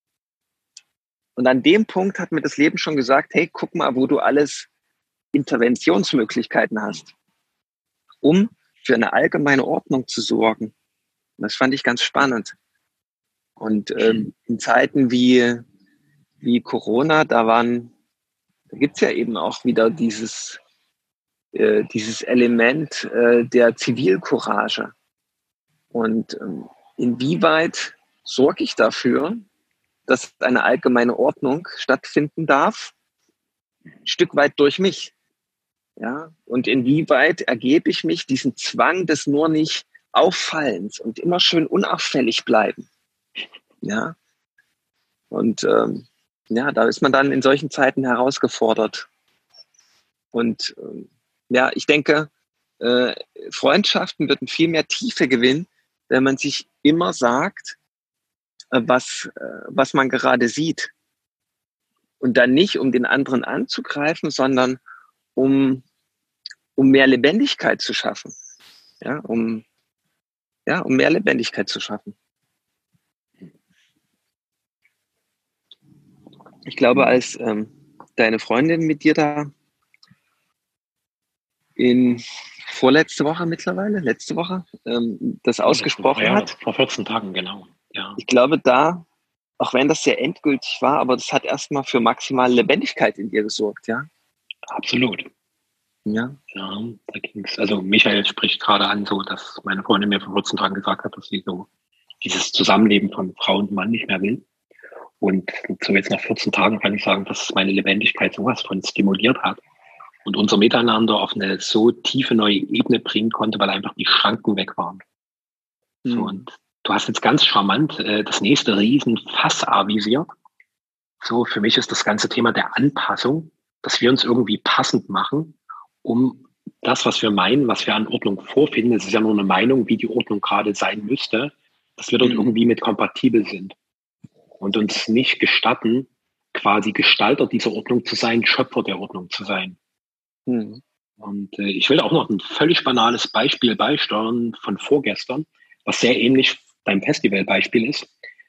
B: Und an dem Punkt hat mir das Leben schon gesagt, hey, guck mal, wo du alles Interventionsmöglichkeiten hast, um für eine allgemeine Ordnung zu sorgen. Und das fand ich ganz spannend. Und ähm, in Zeiten wie, wie Corona, da waren, da gibt's ja eben auch wieder dieses, äh, dieses Element äh, der Zivilcourage. Und ähm, inwieweit sorge ich dafür, dass eine allgemeine Ordnung stattfinden darf, ein Stück weit durch mich. Ja? Und inwieweit ergebe ich mich diesen Zwang des nur nicht Auffallens und immer schön unauffällig bleiben. Ja? Und ähm, ja, da ist man dann in solchen Zeiten herausgefordert. Und ähm, ja, ich denke, äh, Freundschaften würden viel mehr Tiefe gewinnen, wenn man sich immer sagt, äh, was, äh, was man gerade sieht. Und dann nicht, um den anderen anzugreifen, sondern um, um mehr Lebendigkeit zu schaffen. Ja, um, ja, um mehr Lebendigkeit zu schaffen. Ich glaube, als ähm, deine Freundin mit dir da in vorletzte Woche mittlerweile, letzte Woche, ähm, das ausgesprochen
A: ja,
B: hat.
A: Vor vierzehn Tagen, genau. Ja.
B: Ich glaube, da, auch wenn das sehr endgültig war, aber das hat erstmal für maximale Lebendigkeit in dir gesorgt, ja?
A: Absolut.
B: Ja.
A: Ja, da ging's. Also Michael spricht gerade an, so, dass meine Freundin mir vor vierzehn Tagen gesagt hat, dass sie so dieses Zusammenleben von Frau und Mann nicht mehr will. Und so jetzt nach vierzehn Tagen kann ich sagen, dass meine Lebendigkeit sowas von stimuliert hat und unser Miteinander auf eine so tiefe neue Ebene bringen konnte, weil einfach die Schranken weg waren. Mhm. So, und du hast jetzt ganz charmant äh, das nächste Riesenfass avisiert. So, für mich ist das ganze Thema der Anpassung, dass wir uns irgendwie passend machen, um das, was wir meinen, was wir an Ordnung vorfinden, es ist ja nur eine Meinung, wie die Ordnung gerade sein müsste, dass wir dort mhm. irgendwie mit kompatibel sind und uns nicht gestatten, quasi Gestalter dieser Ordnung zu sein, Schöpfer der Ordnung zu sein. Mhm. Und äh, ich will auch noch ein völlig banales Beispiel beisteuern von vorgestern, was sehr ähnlich beim Festivalbeispiel ist.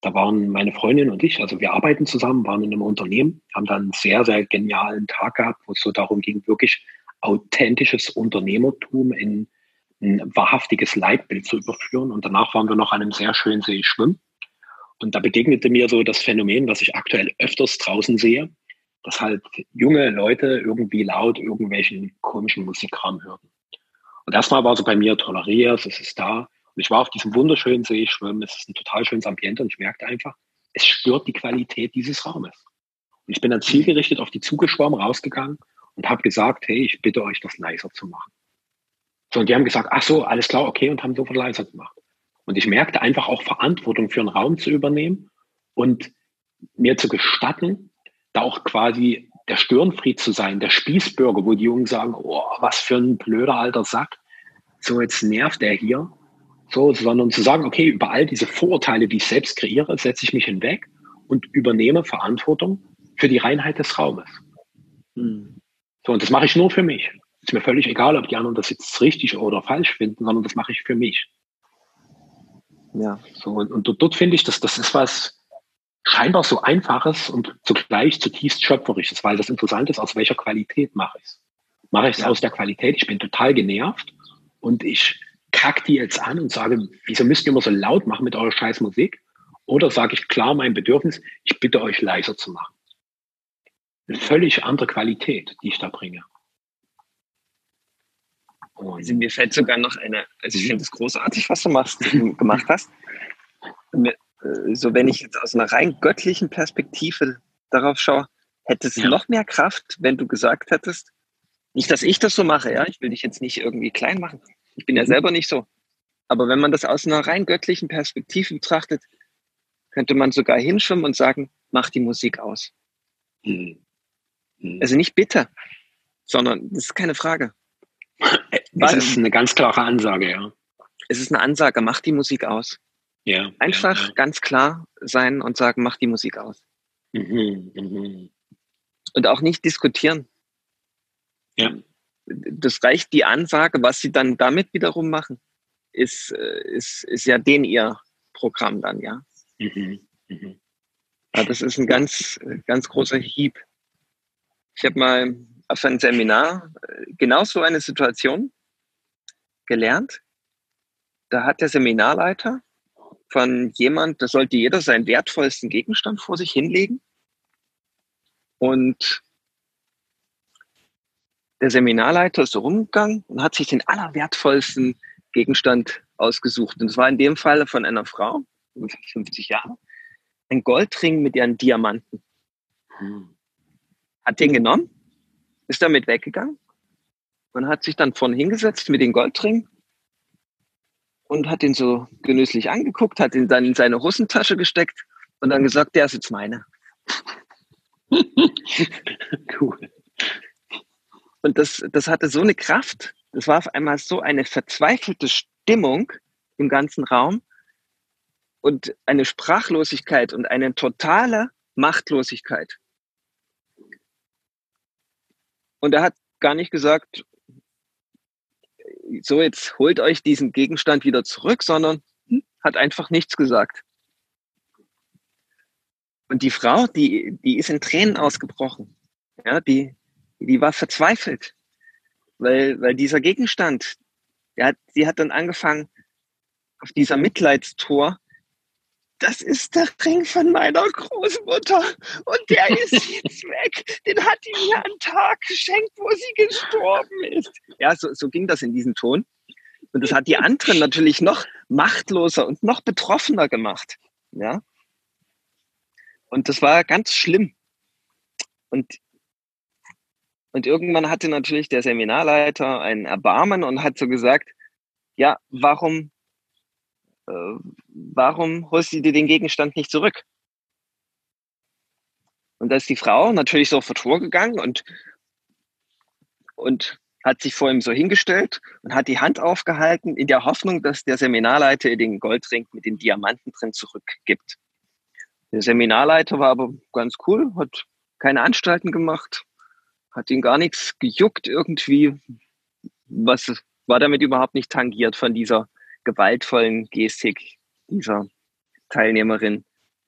A: da waren meine Freundin und ich, also wir arbeiten zusammen, waren in einem Unternehmen, haben dann einen sehr, sehr genialen Tag gehabt, wo es so darum ging, wirklich authentisches Unternehmertum in ein wahrhaftiges Leitbild zu überführen. Und danach waren wir noch an einem sehr schönen See schwimmen. Und da begegnete mir so das Phänomen, was ich aktuell öfters draußen sehe, dass halt junge Leute irgendwie laut irgendwelchen komischen Musikkram hören. Und erstmal war so bei mir toleriert, es ist da. Und ich war auf diesem wunderschönen See schwimmen, es ist ein total schönes Ambiente und ich merkte einfach, es stört die Qualität dieses Raumes. Und ich bin dann zielgerichtet auf die zugeschwommen, rausgegangen und habe gesagt, hey, ich bitte euch, das leiser zu machen. So, und die haben gesagt, ach so, alles klar, okay, und haben sofort leiser gemacht. Und ich merkte einfach auch Verantwortung für einen Raum zu übernehmen und mir zu gestatten, da auch quasi der Störenfried zu sein, der Spießbürger, wo die Jungen sagen, oh, was für ein blöder alter Sack. So, jetzt nervt der hier. So, sondern zu sagen, okay, über all diese Vorurteile, die ich selbst kreiere, setze ich mich hinweg und übernehme Verantwortung für die Reinheit des Raumes.
B: Hm.
A: So, und das mache ich nur für mich. Ist mir völlig egal, ob die anderen das jetzt richtig oder falsch finden, sondern das mache ich für mich.
B: Ja.
A: So, und, und dort, dort finde ich, dass das ist was scheinbar so Einfaches und zugleich zutiefst Schöpferisches, weil das Interessante ist, aus welcher Qualität mache ich es. Mache ich es
B: Ja.
A: aus der Qualität, ich bin total genervt und ich kack die jetzt an und sage, wieso müsst ihr immer so laut machen mit eurer scheiß Musik? Oder sage ich klar mein Bedürfnis, ich bitte euch leiser zu machen. Eine völlig andere Qualität, die ich da bringe. Und
B: Also mir fällt sogar noch eine, also ich finde es großartig, was du machst, gemacht hast. Mir, äh, so wenn ich jetzt aus einer rein göttlichen Perspektive darauf schaue, hätte es
A: Ja.
B: noch mehr Kraft, wenn du gesagt hättest, nicht, dass ich das so mache, ja, ich will dich jetzt nicht irgendwie klein machen. Ich bin ja
A: Mhm.
B: selber nicht so. Aber wenn man das aus einer rein göttlichen Perspektive betrachtet, könnte man sogar hinschwimmen und sagen, mach die Musik aus.
A: Mhm. Mhm.
B: Also nicht bitte, sondern das ist keine Frage.
A: Es ist eine ganz klare Ansage, ja.
B: Es ist eine Ansage, mach die Musik aus.
A: Ja,
B: Einfach
A: ja, ja.
B: ganz klar sein und sagen, mach die Musik aus.
A: Mhm, mhm.
B: Und auch nicht diskutieren.
A: Ja.
B: Das reicht die Ansage, was sie dann damit wiederum machen, ist, ist, ist ja den ihr Programm dann, ja.
A: Mhm, mhm.
B: Ja, das ist ein ganz, ganz großer Hieb. Ich habe mal auf einem Seminar genau so eine Situation gelernt. Da hat der Seminarleiter von jemand, da sollte jeder seinen wertvollsten Gegenstand vor sich hinlegen. Und der Seminarleiter ist so rumgegangen und hat sich den allerwertvollsten Gegenstand ausgesucht. Und es war in dem Fall von einer Frau, ungefähr fünfzig Jahre, ein Goldring mit ihren Diamanten.
A: Mhm.
B: Hat den genommen, ist damit weggegangen und hat sich dann vorne hingesetzt mit dem Goldring und hat ihn so genüsslich angeguckt, hat ihn dann in seine Hosentasche gesteckt und dann gesagt, der ist jetzt meine.
A: Cool.
B: Und das, das hatte so eine Kraft. Das war auf einmal so eine verzweifelte Stimmung im ganzen Raum und eine Sprachlosigkeit und eine totale Machtlosigkeit. Und er hat gar nicht gesagt, so jetzt holt euch diesen Gegenstand wieder zurück, sondern hat einfach nichts gesagt. Und die Frau, die, die ist in Tränen ausgebrochen. Ja, die, die war verzweifelt, weil, weil dieser Gegenstand, der hat, sie hat dann angefangen auf dieser Mitleidstour, das ist der Ring von meiner Großmutter und der ist jetzt weg. Den hat die mir einen Tag geschenkt, wo sie gestorben ist. Ja, so, so ging das in diesem Ton. Und das hat die anderen natürlich noch machtloser und noch betroffener gemacht. Ja. Und das war ganz schlimm. Und, und irgendwann hatte natürlich der Seminarleiter ein Erbarmen und hat so gesagt, ja, warum, äh, warum holst du dir den Gegenstand nicht zurück? Und da ist die Frau natürlich sofort vorgegangen und, und hat sich vor ihm so hingestellt und hat die Hand aufgehalten in der Hoffnung, dass der Seminarleiter ihr den Goldring mit den Diamanten drin zurückgibt. Der Seminarleiter war aber ganz cool, hat keine Anstalten gemacht, hat ihn gar nichts gejuckt irgendwie, was war damit überhaupt nicht tangiert von dieser gewaltvollen Gestik dieser Teilnehmerin.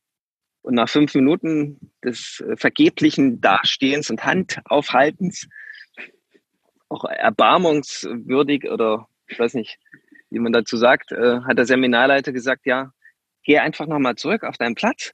B: Und nach fünf Minuten des vergeblichen Dastehens und Handaufhaltens, auch erbarmungswürdig oder ich weiß nicht, wie man dazu sagt, äh, hat der Seminarleiter gesagt, ja, geh einfach nochmal zurück auf deinen Platz.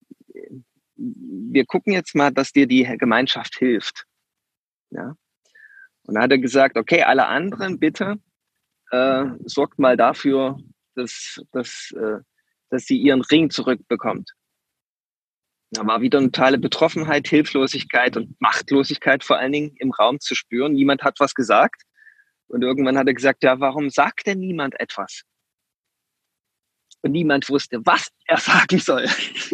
B: Wir gucken jetzt mal, dass dir die Gemeinschaft hilft. Ja. Und dann hat er gesagt, okay, alle anderen bitte äh, sorgt mal dafür, dass, dass, äh, dass sie ihren Ring zurückbekommt. Da war wieder eine totale Betroffenheit, Hilflosigkeit und Machtlosigkeit vor allen Dingen im Raum zu spüren. Niemand hat was gesagt. Und irgendwann hat er gesagt, ja, warum sagt denn niemand etwas? Und niemand wusste, was er sagen soll.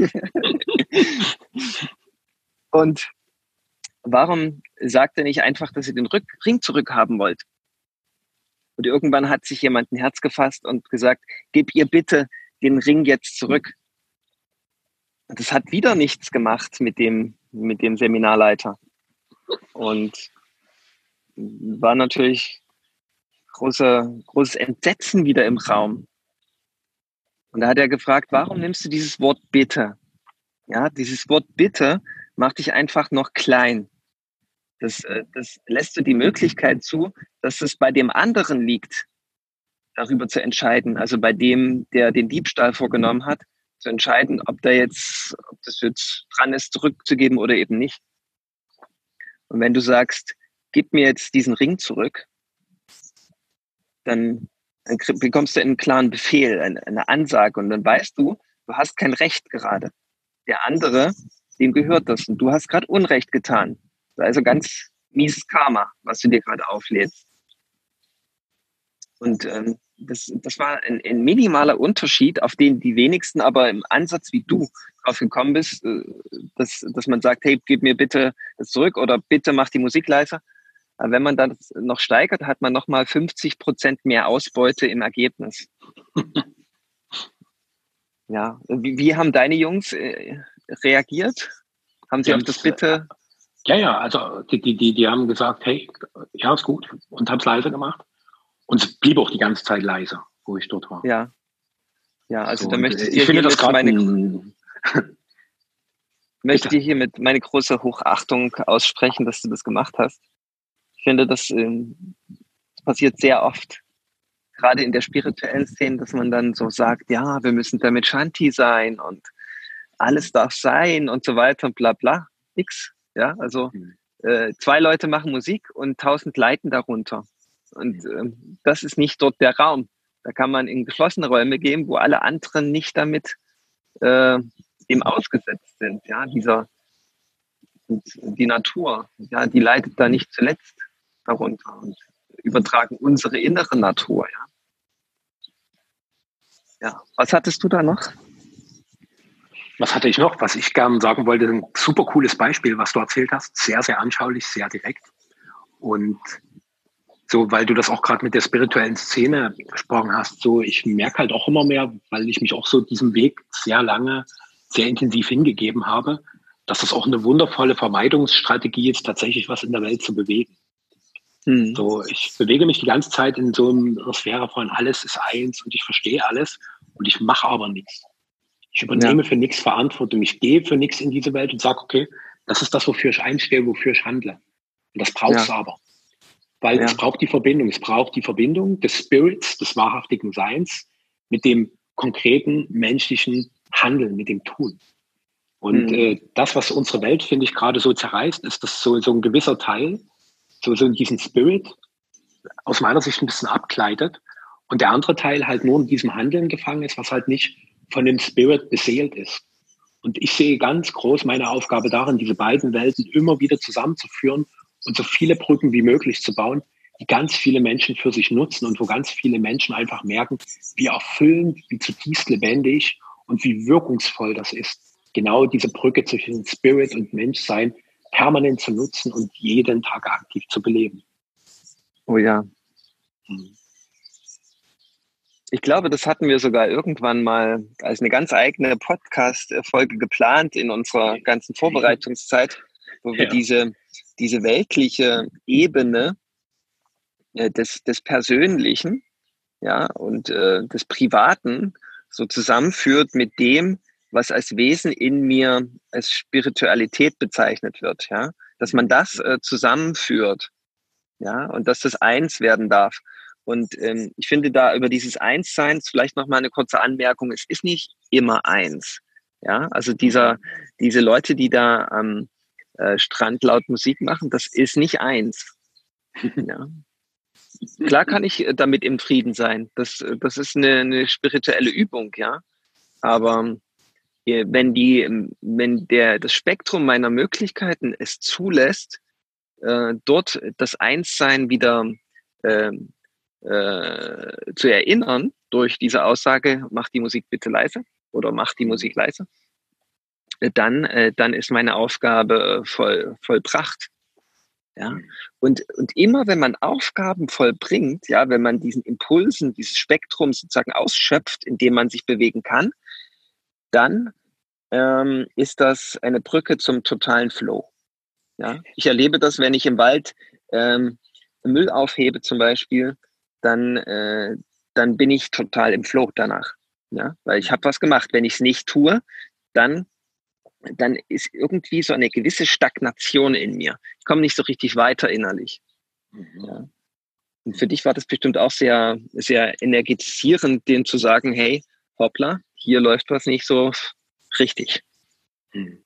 B: Und warum sagt er nicht einfach, dass ihr den Ring zurückhaben wollt? Und irgendwann hat sich jemand ein Herz gefasst und gesagt, gib ihr bitte den Ring jetzt zurück. Und das hat wieder nichts gemacht mit dem, mit dem Seminarleiter. Und war natürlich große, großes Entsetzen wieder im Raum. Und da hat er gefragt, warum nimmst du dieses Wort bitte? Ja, dieses Wort bitte macht dich einfach noch klein. Das, das lässt du die Möglichkeit zu, dass es bei dem anderen liegt, darüber zu entscheiden. Also bei dem, der den Diebstahl vorgenommen hat, zu entscheiden, ob da jetzt, ob das jetzt dran ist, zurückzugeben oder eben nicht. Und wenn du sagst, gib mir jetzt diesen Ring zurück, dann, dann bekommst du einen klaren Befehl, eine, eine Ansage und dann weißt du, du hast kein Recht gerade. Der andere, dem gehört das und du hast gerade Unrecht getan. Also ganz mieses Karma, was du dir gerade auflädst. Und ähm, das, das war ein, ein minimaler Unterschied, auf den die wenigsten aber im Ansatz, wie du drauf gekommen bist, äh, dass, dass man sagt, hey, gib mir bitte das zurück oder bitte mach die Musik leiser. Aber wenn man das noch steigert, hat man nochmal fünfzig Prozent mehr Ausbeute im Ergebnis. Ja, wie, wie haben deine Jungs äh, reagiert? Haben sie
A: Die
B: auf das Bitte?
A: Ja, ja, also die, die, die, die haben gesagt, hey, ja, ist gut und haben es leiser gemacht. Und es blieb auch die ganze Zeit leiser, wo ich dort war.
B: Ja, ja, also
A: so,
B: da möchte ich
A: dir ich finde das gerade
B: meine,
A: ein,
B: möchte dir hiermit meine große Hochachtung aussprechen, dass du das gemacht hast. Ich finde, das ähm, passiert sehr oft, gerade in der spirituellen Szene, dass man dann so sagt, ja, wir müssen damit Shanti sein und alles darf sein und so weiter und bla bla. Nix. Ja, also äh, zwei Leute machen Musik und tausend leiden darunter. Und ähm, das ist nicht dort der Raum. Da kann man in geschlossene Räume gehen, wo alle anderen nicht damit äh, dem ausgesetzt sind. Ja, dieser und die Natur, ja, die leidet da nicht zuletzt darunter und übertragen unsere innere Natur. Ja, ja. Was hattest du da noch?
A: Was hatte ich noch? Was ich gerne sagen wollte, ein super cooles Beispiel, was du erzählt hast. Sehr, sehr anschaulich, sehr direkt. Und so, weil du das auch gerade mit der spirituellen Szene gesprochen hast, so, ich merke halt auch immer mehr, weil ich mich auch so diesem Weg sehr lange, sehr intensiv hingegeben habe, dass das auch eine wundervolle Vermeidungsstrategie ist, tatsächlich was in der Welt zu bewegen. Hm. So, ich bewege mich die ganze Zeit in so einer Sphäre von alles ist eins und ich verstehe alles und ich mache aber nichts. Ich übernehme ja. für nichts Verantwortung. Ich gehe für nichts in diese Welt und sage, okay, das ist das, wofür ich einstehe, wofür ich handle. Und das braucht es ja. aber. Weil ja. es braucht die Verbindung. Es braucht die Verbindung des Spirits, des wahrhaftigen Seins mit dem konkreten menschlichen Handeln, mit dem Tun. Und mhm. äh, das, was unsere Welt, finde ich, gerade so zerreißt, ist das so, so ein gewisser Teil, so, so in diesen Spirit, aus meiner Sicht ein bisschen abgleitet. Und der andere Teil halt nur in diesem Handeln gefangen ist, was halt nicht von dem Spirit beseelt ist. Und ich sehe ganz groß meine Aufgabe darin, diese beiden Welten immer wieder zusammenzuführen und so viele Brücken wie möglich zu bauen, die ganz viele Menschen für sich nutzen und wo ganz viele Menschen einfach merken, wie erfüllend, wie zutiefst lebendig und wie wirkungsvoll das ist, genau diese Brücke zwischen Spirit und Menschsein permanent zu nutzen und jeden Tag aktiv zu beleben.
B: Oh ja. Hm. Ich glaube, das hatten wir sogar irgendwann mal als eine ganz eigene Podcast-Folge geplant in unserer ganzen Vorbereitungszeit, wo wir ja. diese, diese weltliche Ebene äh, des, des Persönlichen, ja, und äh, des Privaten so zusammenführt mit dem, was als Wesen in mir als Spiritualität bezeichnet wird, ja, dass man das äh, zusammenführt, ja, und dass das eins werden darf. Und ähm, ich finde da über dieses Einssein vielleicht noch mal eine kurze Anmerkung: Es ist nicht immer eins, ja, also dieser diese Leute, die da am äh, Strand laut Musik machen, das ist nicht eins, ja. Klar kann ich äh, damit im Frieden sein. Das das ist eine, eine spirituelle Übung, ja. Aber äh, wenn die, wenn der das Spektrum meiner Möglichkeiten es zulässt, äh, dort das Einssein wieder äh, äh, zu erinnern durch diese Aussage: Mach die Musik bitte leise oder mach die Musik leise, äh, dann äh, dann ist meine Aufgabe voll vollbracht. Ja, und, und immer wenn man Aufgaben vollbringt, ja, wenn man diesen Impulsen, dieses Spektrum sozusagen ausschöpft, in dem man sich bewegen kann, dann ähm, ist das eine Brücke zum totalen Flow. Ja, ich erlebe das, wenn ich im Wald ähm, Müll aufhebe zum Beispiel, dann, äh, dann bin ich total im Flow danach. Ja, weil ich habe was gemacht. Wenn ich es nicht tue, dann dann ist irgendwie so eine gewisse Stagnation in mir. Ich komme nicht so richtig weiter innerlich. Mhm. Ja. Und für dich war das bestimmt auch sehr, sehr energetisierend, dem zu sagen: Hey, hoppla, hier läuft was nicht so richtig. Mhm.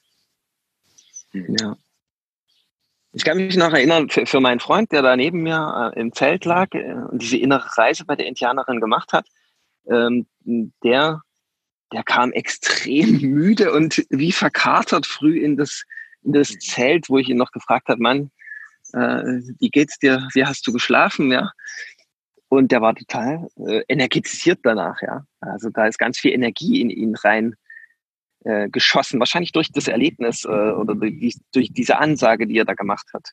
B: Mhm. Ja. Ich kann mich noch erinnern, für, für meinen Freund, der da neben mir äh, im Zelt lag äh, und diese innere Reise bei der Indianerin gemacht hat, ähm, der Der kam extrem müde und wie verkatert früh in das, in das Zelt, wo ich ihn noch gefragt habe: Mann, äh, wie geht's dir? Wie hast du geschlafen? Ja. Und der war total äh, energetisiert danach, ja. Also da ist ganz viel Energie in ihn rein äh, geschossen, wahrscheinlich durch das Erlebnis äh, oder durch, durch diese Ansage, die er da gemacht hat.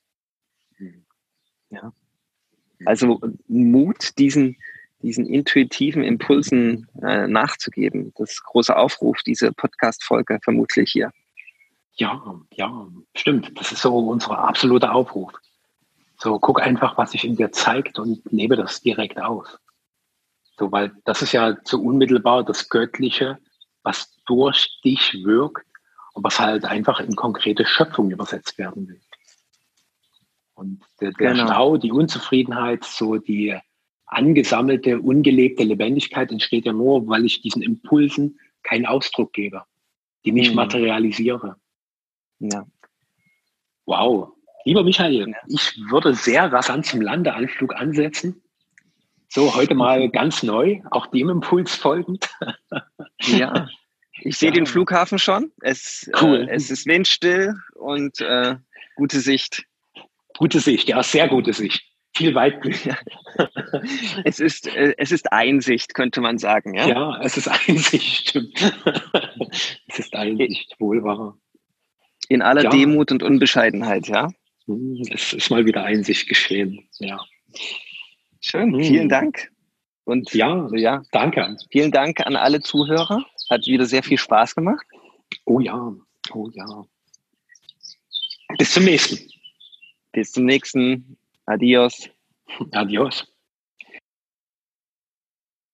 B: Ja. Also Mut, diesen diesen intuitiven Impulsen äh, nachzugeben. Das ist ein großer Aufruf, diese Podcast-Folge vermutlich hier.
A: Ja, ja, stimmt. Das ist so unser absoluter Aufruf. So, guck einfach, was sich in dir zeigt und lebe das direkt aus. So, weil das ist ja so unmittelbar das Göttliche, was durch dich wirkt und was halt einfach in konkrete Schöpfung übersetzt werden will. Und der, der genau. Stau, die Unzufriedenheit, so die angesammelte, ungelebte Lebendigkeit entsteht ja nur, weil ich diesen Impulsen keinen Ausdruck gebe, die nicht hm. materialisiere.
B: Ja.
A: Wow. Lieber Michael, ja. ich würde sehr rasant zum Landeanflug ansetzen. So, heute mal ganz neu, auch dem Impuls folgend.
B: Ja, ich sehe ja. den Flughafen schon. Es, cool. äh, es ist windstill und äh, gute Sicht.
A: Gute Sicht, ja, sehr gute Sicht. Viel Weitblick.
B: Ja. Es ist, äh, es ist Einsicht, könnte man sagen. Ja,
A: ja es ist Einsicht, stimmt. Es ist Einsicht, wohl wahr.
B: In aller ja. Demut und Unbescheidenheit, ja.
A: Es ist mal wieder Einsicht geschehen, ja.
B: Schön, hm. vielen Dank. Und
A: ja, ja, danke.
B: Vielen Dank an alle Zuhörer. Hat wieder sehr viel Spaß gemacht.
A: Oh ja, oh ja. Bis zum nächsten.
B: Bis zum nächsten. Adios.
A: Adios.